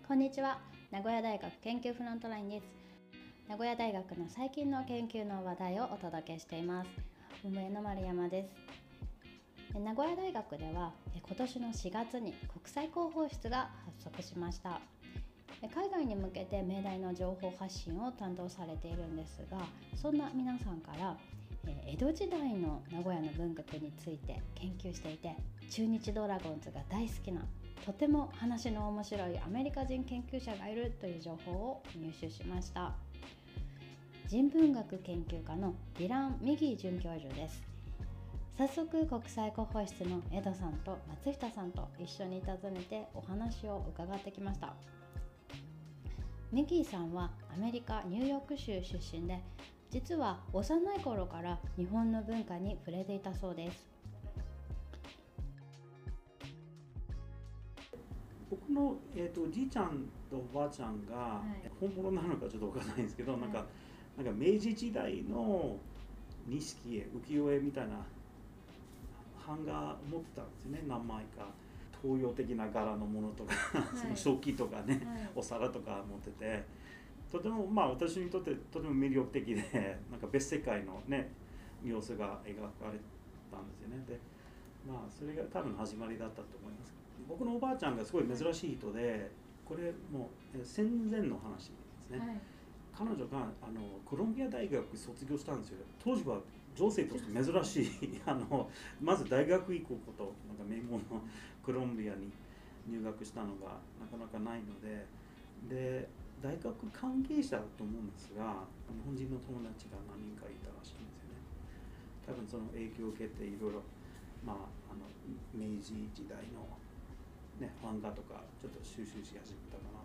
こんにちは。名古屋大学研究フロントラインです。名古屋大学の最近の研究の話題をお届けしています。運営の丸山です。名古屋大学では今年の4月に国際広報室が発足しました。海外に向けて命題の情報発信を担当されているんですが、そんな皆さんから江戸時代の名古屋の文学について研究していて、中日ドラゴンズが大好きなとても話の面白いアメリカ人研究者がいるという情報を入手しました。人文学研究家のディラン・ミギー准教授です。早速国際広報室の江戸さんと松下さんと一緒に訪ねてお話を伺ってきました。ミギーさんはアメリカ・ニューヨーク州出身で、実は幼い頃から日本の文化に触れていたそうです。 僕の、おじいちゃんとおばあちゃんが、本物なのかちょっと分からないんですけど、なんか明治時代の錦絵浮世絵みたいな版画持ってたんですよね。何枚か東洋的な柄のものとか、その食器とかね、お皿とか持ってて、とても私にとってとても魅力的で、なんか別世界のね様子が描かれたんですよね。でそれが多分始まりだったと思います。僕のおばあちゃんがすごい珍しい人で、これもう戦前の話ですね。彼女がコロンビア大学卒業したんですよ。当時は女性として珍しいまず大学行くこと、なんか名門のコロンビアに入学したのがなかなかないので、大学関係者だと思うんですが、日本人の友達が何人かいたらしいんですよね。多分その影響を受けていろいろ明治時代の、漫画とかちょっと収集し始めたかなと。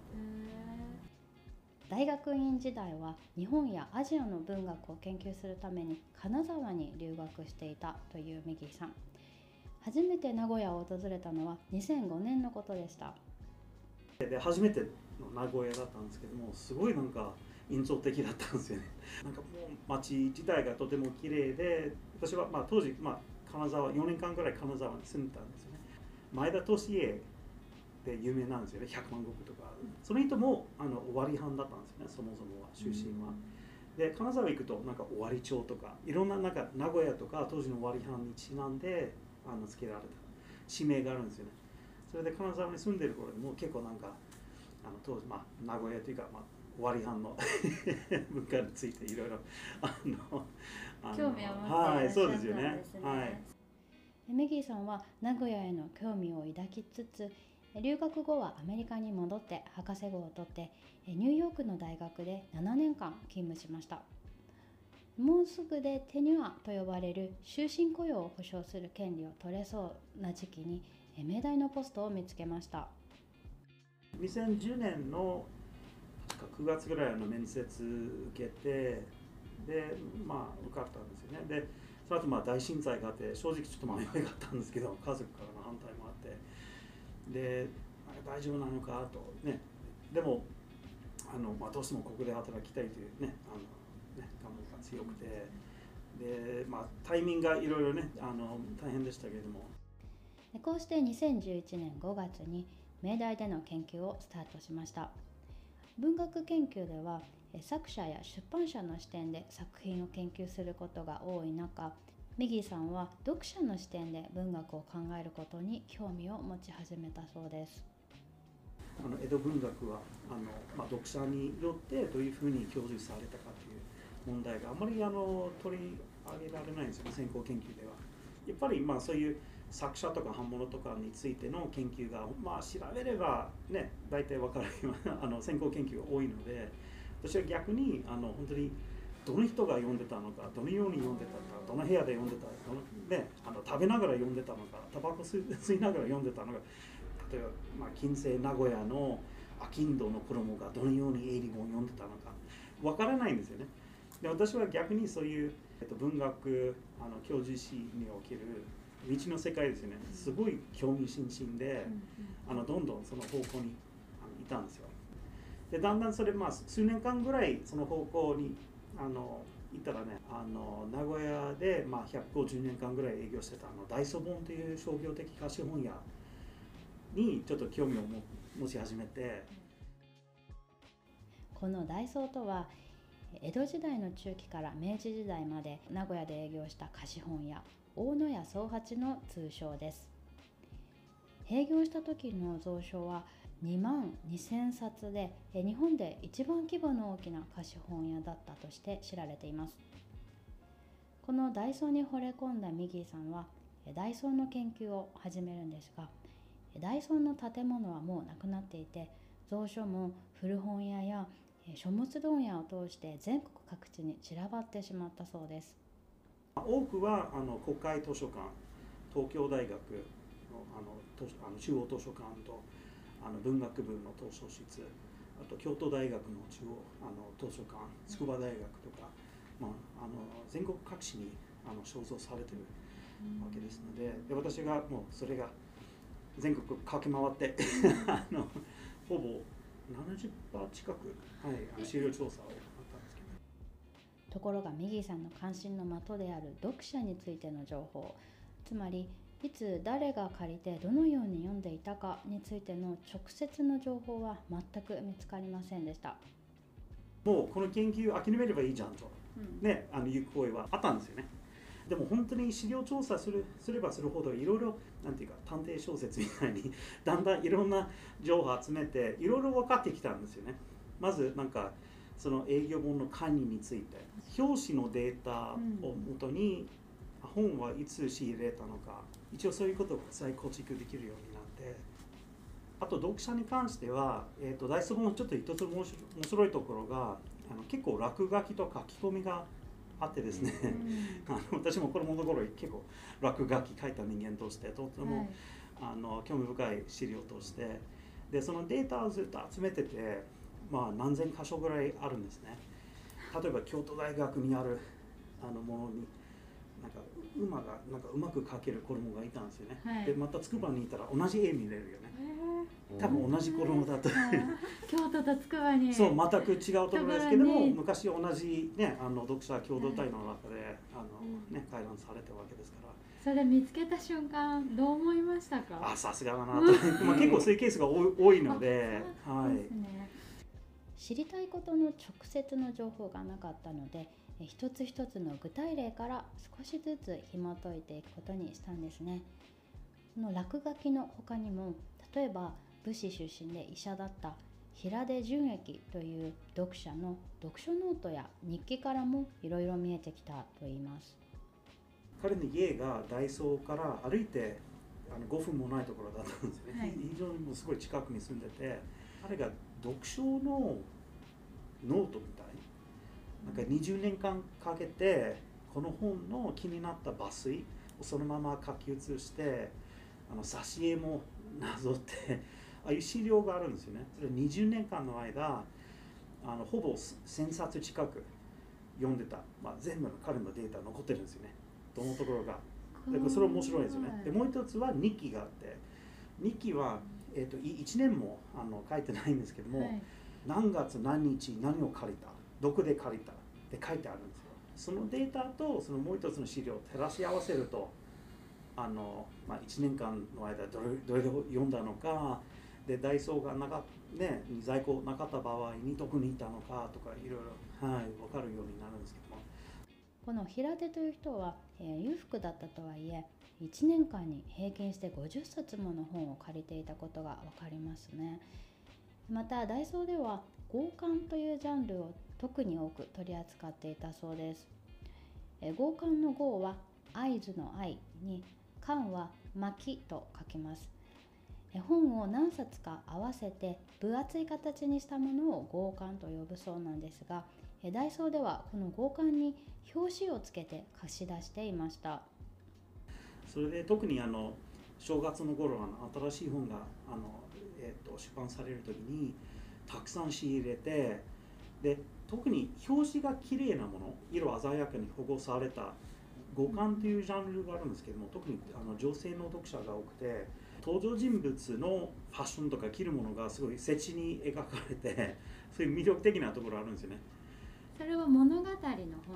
大学院時代は日本やアジアの文学を研究するために金沢に留学していたというミギーさん。初めて名古屋を訪れたのは2005年のことでした。 で初めての名古屋だったんですけども、すごいなんか印象的だったんですよね。なんかもう街自体がとても綺麗で、私は当時金沢4年間ぐらい金沢に住んでたんですよね。前田利家で有名なんですよね。百万石とか、その人も尾張藩だったんですよね、そもそもは出身は。で金沢行くとなんか尾張町とかいろんな、なんか名古屋とか当時の尾張藩にちなんで付けられた地名があるんですよね。それで金沢に住んでる頃にも結構なんか当時名古屋というか尾張藩の文化についていろいろ興味を持っていらっしゃったんですね。 はい、そうですよね。はい。 ミギーさんは名古屋への興味を抱きつつ、留学後はアメリカに戻って博士号を取ってニューヨークの大学で7年間勤務しました。もうすぐでテニュアと呼ばれる終身雇用を保障する権利を取れそうな時期に命題のポストを見つけました。 2010年の9月ぐらいの面接受けて、で受かったんですよね。でその後大震災があって、正直ちょっと迷いがあったんですけど、家族からの反対もあって、で大丈夫なのかとね。でもどうしてもここで働きたいという願望が強くて、でタイミングがいろいろね大変でしたけれども、 こうして2011年5月に命題での研究をスタートしました。文学研究では作者や出版社の視点で作品を研究することが多い中、ミギーさんは読者の視点で文学を考えることに興味を持ち始めたそうです。 江戸文学は読者によってどういうふうに享受されたかという問題があまり取り上げられないんですよね、先行研究では。やっぱりそういう作者とか版物とかについての研究が調べればね大体分かるような先行研究が多いので、私は逆に本当にどの人が読んでたのか、どのように読んでたのか、どの部屋で読んでたのか、食べながら読んでたのか、タバコ吸いながら読んでたのか、例えば近世名古屋の商人の子供がどのように英理本を読んでたのか分からないんですよね。で私は逆にそういう、文学教授史における未知の世界ですよね、すごい興味津々で、どんどんその方向にいたんですよ。でだんだんそれ数年間ぐらいその方向に行ったらね、名古屋で150年間ぐらい営業してた大祖本という商業的貸本屋にちょっと興味を持ち始めて。 このダイソーとは江戸時代の中期から明治時代まで名古屋で営業した貸本屋大野屋宗八の通称です。閉業した時の蔵書は2万2000冊で日本で一番規模の大きな貸本屋だったとして知られています。このダイソーに惚れ込んだミギーさんはダイソーの研究を始めるんですが、ダイソーの建物はもうなくなっていて、蔵書も古本屋や書物問屋を通して全国各地に散らばってしまったそうです。 多くは国会図書館、東京大学の中央図書館と文学部の図書室、あと京都大学の中央図書館、筑波大学とか、全国各地に所蔵されているわけですので、私がもうそれが全国駆け回ってほぼ70%近く、資料調査を行ったんですけど。 ところがミギーさんの関心の的である読者についての情報、つまりいつ誰が借りてどのように読んでいたかについての直接の情報は全く見つかりませんでした。 もうこの研究諦めればいいじゃんと、いう声はあったんですよね。でも本当に資料調査すればするほどいろいろなんていうか探偵小説みたいにだんだんいろんな情報を集めていろいろ分かってきたんですよね。まずその営業本の管理について、表紙のデータをもとに本はいつ仕入れたのか、一応そういうことを再構築できるようになって、あと読者に関しては、ダイソーもちょっと一つ面白いところが結構落書きと書き込みがあってですね、私も子供の頃結構落書き書いた人間としてとても、興味深い資料として、でそのデータをずっと集めてて、何千箇所ぐらいあるんですね。例えば京都大学にあるものに馬がうまく描ける子供がいたんですよね、でまた筑波にいたら同じ絵見れるよね、多分同じ子供だと京都と筑波にそう全く違うところですけども、昔同じ、読者共同体の中で会談されたわけですから。 それ見つけた瞬間どう思いましたか？ さすがだなと結構そういうケースが多いので、 知りたいことの直接の情報がなかったので、一つ一つの具体例から少しずつ紐解いていくことにしたんですね。この落書きの他にも、例えば武士出身で医者だった平出淳益という読者の読書ノートや日記からもいろいろ見えてきたといいます。 彼の家がダイソーから歩いて5分もないところだったんですよね、非常にもうすごい近くに住んでて、彼が読書のノートみたい20年間かけてこの本の気になった抜粋をそのまま書き写して挿絵もなぞってああいう資料があるんですよね。それ20年間の間ほぼ1000冊近く読んでた、全部の彼のデータ残ってるんですよね、どのところが。でそれ面白いですよね。でもう一つは日記があって、日記は、1年も書いてないんですけども、何月何日何を借りた、どこで借りたって書いてあるんですよ。そのデータとそのもう一つの資料を照らし合わせると1年間の間どれを読んだのかで、ダイソーが在庫なかった場合にどこに行ったのかとかいろいろ分かるようになるんですけども、 この平手という人は、裕福だったとはいえ1年間に平均して50冊もの本を借りていたことが分かりますね。またダイソーでは合巻というジャンルを特に多く取り扱っていたそうです。合巻の合は合図の合に、巻は巻と書きます。本を何冊か合わせて分厚い形にしたものを合巻と呼ぶそうなんですが、ダイソーではこの合巻に表紙をつけて貸し出していました。 それで特に正月の頃新しい本が出版される時にたくさん仕入れて、で特に表紙が綺麗なもの、色鮮やかに保護された合巻というジャンルがあるんですけども、特に女性の読者が多くて、登場人物のファッションとか着るものがすごいセチに描かれて、そういう魅力的なところあるんですよね。 それは物語の本なんです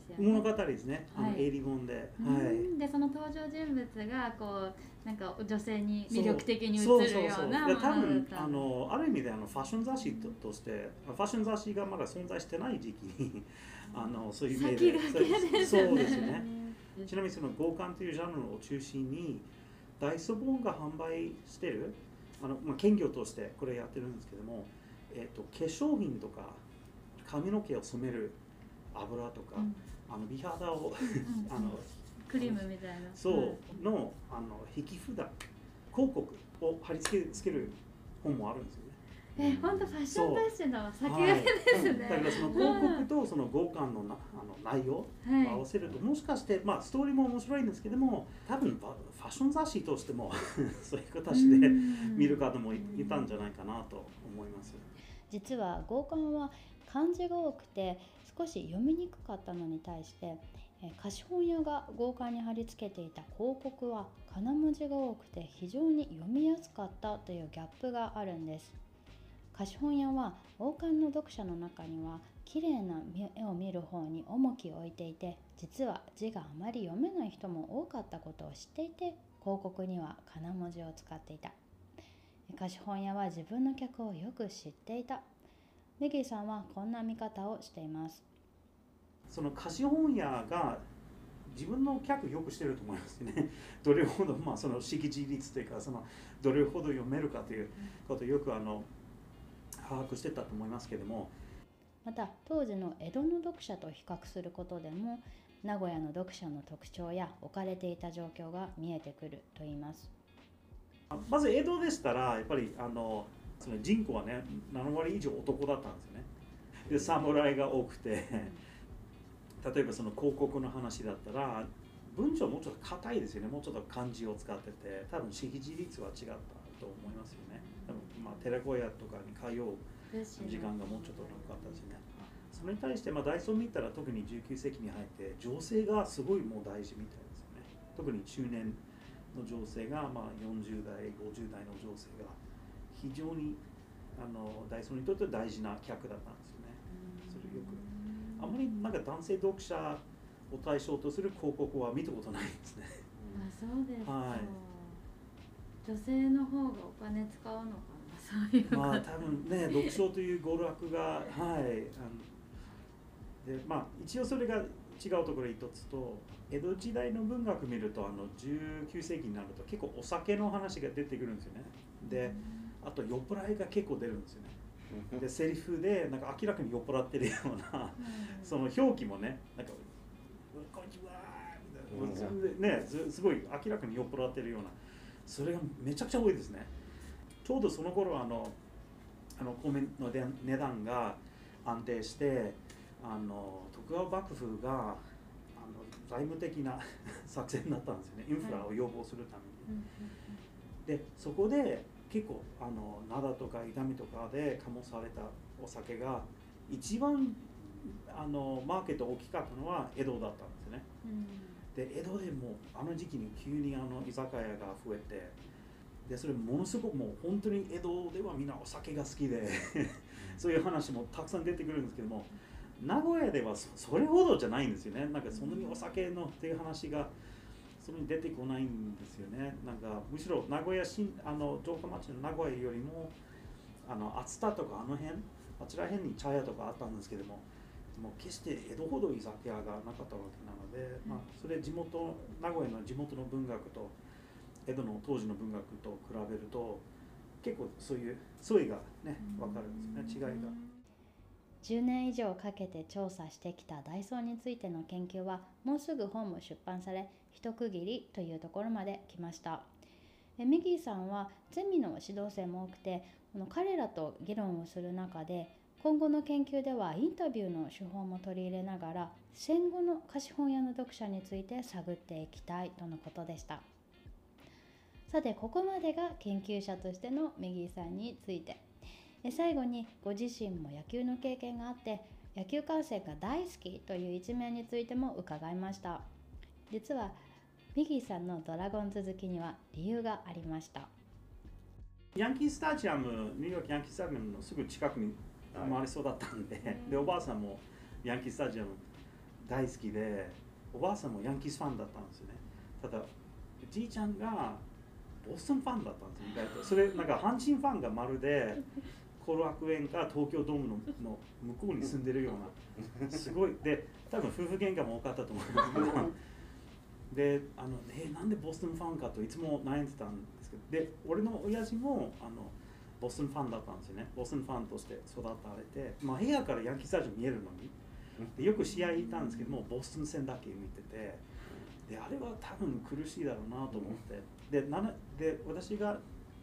ですよね。 物語ですね。英理本で。 でその登場人物がこうなんか女性に魅力的に映るようなものだった。 多分ある意味でファッション雑誌としてファッション雑誌がまだ存在してない時期にそういう意味でそうですね。ちなみにその強姦というジャンルを中心にダイソー本が販売してる兼業としてこれやってるんですけども、化粧品とか髪の毛を染める油とか、美肌をクリームみたいなそうの引き札広告を貼り付ける本もあるんですよね。 本当ファッション雑誌の先駆けですね。 だからその広告とその強姦の内容を合わせると、もしかしてストーリーも面白いんですけども、多分ファッション雑誌としてもそういう形で見る方もいたんじゃないかなと思います。 実は強姦は漢字が多くて少し読みにくかったのに対して貸本屋が強姦に貼り付けていた広告は仮名文字が多くて非常に読みやすかったというギャップがあるんです。貸本屋は王冠の読者の中には綺麗な絵を見る方に重きを置いていて、実は字があまり読めない人も多かったことを知っていて広告には仮名文字を使っていた。貸本屋は自分の客をよく知っていた。メギーさんはこんな見方をしています。 その貸本屋が自分の客よくしてると思いますね。どれほどその識字率というかどれほど読めるかということをよく把握してたと思いますけども、 また当時の江戸の読者と比較することでも名古屋の読者の特徴や置かれていた状況が見えてくると言います。 まず江戸でしたらやっぱりその人口はね7割以上男だったんですよね。で侍が多くて例えばその広告の話だったら文章もうちょっと硬いですよね。もうちょっと漢字を使ってて多分識字率は違ったと思いますよね。多分寺子屋とかに通う時間がもうちょっと長かったですね。それに対してダイソー見たら特に19世紀に入って女性がすごいもう大事みたいですよね。特に中年の女性が40代50代の女性が非常にダイソーにとって大事な客だったんですよね。それよくあまり男性読者を対象とする広告は見たことないですね。 そうですか。女性の方がお金使うのかな、そういうこと。 多分ね、読書という娯楽がで一応それが違うところ一つと、江戸時代の文学見ると19世紀になると結構お酒の話が出てくるんですよね。であと酔っ払いが結構出るんですよね。でセリフで明らかに酔っ払ってるようなその表記もねこんにちはみたいな、すごい明らかに酔っ払ってるような、それがめちゃくちゃ多いですね。ちょうどその頃米の値段が安定して徳川幕府が財務的な作戦だったんですよね。インフラを要望するために。でそこで結構灘とか伊丹とかで醸されたお酒が一番マーケット大きかったのは江戸だったんですね。で江戸でも時期に急に居酒屋が増えて、でそれものすごくもう本当に江戸ではみんなお酒が好きでそういう話もたくさん出てくるんですけども、名古屋ではそれほどじゃないんですよね。そんなにお酒のっていう話がそれに出てこないんですよね。むしろ名古屋城下町の名古屋よりも熱田とかあちら辺に茶屋とかあったんですけども、もう決して江戸ほど居酒屋がなかったわけなので、それ名古屋の地元の文学と江戸の当時の文学と比べると結構そういう相違がね分かるんですよね、違いが。 10年以上かけて調査してきたダイソーについての研究はもうすぐ本も出版され一区切りというところまで来ました。ミギーさんはゼミの指導生も多くて、彼らと議論をする中で今後の研究ではインタビューの手法も取り入れながら戦後の貸本屋の読者について探っていきたいとのことでした。さてここまでが研究者としてのミギーさんについて。最後にご自身も野球の経験があって野球観戦が大好きという一面についても伺いました。実はミギーさんのドラゴンズ好きには理由がありました。 ヤンキースタジアム、ニューヨークヤンキースタジアムのすぐ近くに生まれそうだったんで、でおばあさんもヤンキースタジアム大好きで、おばあさんもヤンキースファンだったんですよね。ただじいちゃんがボストンファンだったんですよ、意外と。それなんか阪神ファンがまるで後楽園か東京ドームの向こうに住んでるような、すごい。で多分夫婦喧嘩も多かったと思うんですけどでなんでボストンファンかといつも悩んでたんですけど、で俺の親父もボストンファンだったんですよね。ボストンファンとして育たれて、まあ、部屋からヤンキースタジアム見えるのにでよく試合行ったんですけども、ボストン戦だけ見てて、であれは多分苦しいだろうなと思って、で私が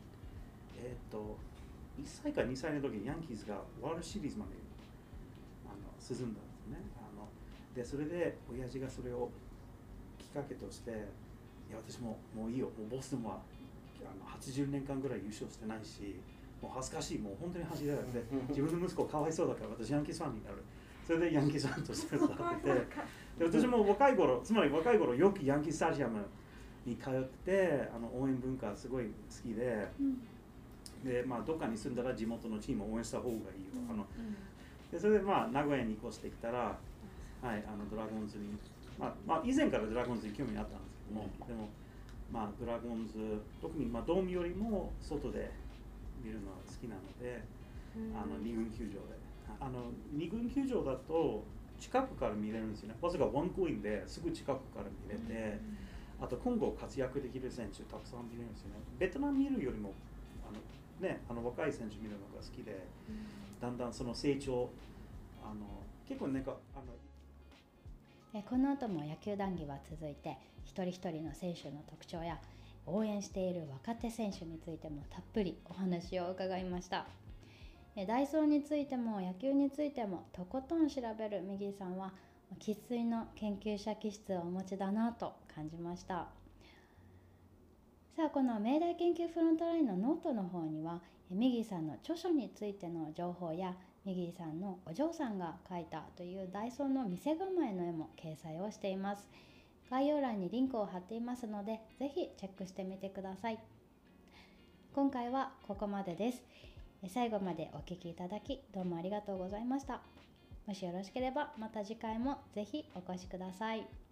1歳か2歳の時にヤンキースがワールドシリーズまで進んだんですね。でそれで親父がそれをきっかけとして、いや私もういいよ、もうボストンは80年間ぐらい優勝してないし、もう恥ずかしい、もう本当に恥ずかしいで自分の息子かわいそうだから私ヤンキースファンになる。それでヤンキースファンとして育ってて、で私も若い頃よくヤンキースタジアムに通って応援文化すごい好きで、でまあどっかに住んだら地元のチームを応援した方がいいよ。でそれでまあ名古屋に越してきたら、はい、ドラゴンズに、まあ以前からドラゴンズに興味あったんですけども、でもまあドラゴンズ特にまあドームよりも外で見るのが好きなので、二軍球場で。二軍球場だと近くから見れるんですよね。わずかワンコインですぐ近くから見れて、あと今後活躍できる選手たくさん見れるんですよね。ベトナム見るよりも若い選手見るのが好きで、だんだんその成長結構なんかこの後も野球談義は続いて、一人一人の選手の特徴や応援している若手選手についてもたっぷりお話を伺いました。代走についても野球についてもとことん調べるミギーさんは生粋の研究者気質をお持ちだなと感じました。さあ、この明大研究フロントラインのノートの方にはミギーさんの著書についての情報やミギーさんのお嬢さんが描いたというダイソーの店構えの絵も掲載をしています。概要欄にリンクを貼っていますので、ぜひチェックしてみてください。今回はここまでです。最後までお聞きいただきどうもありがとうございました。もしよろしければまた次回もぜひお越しください。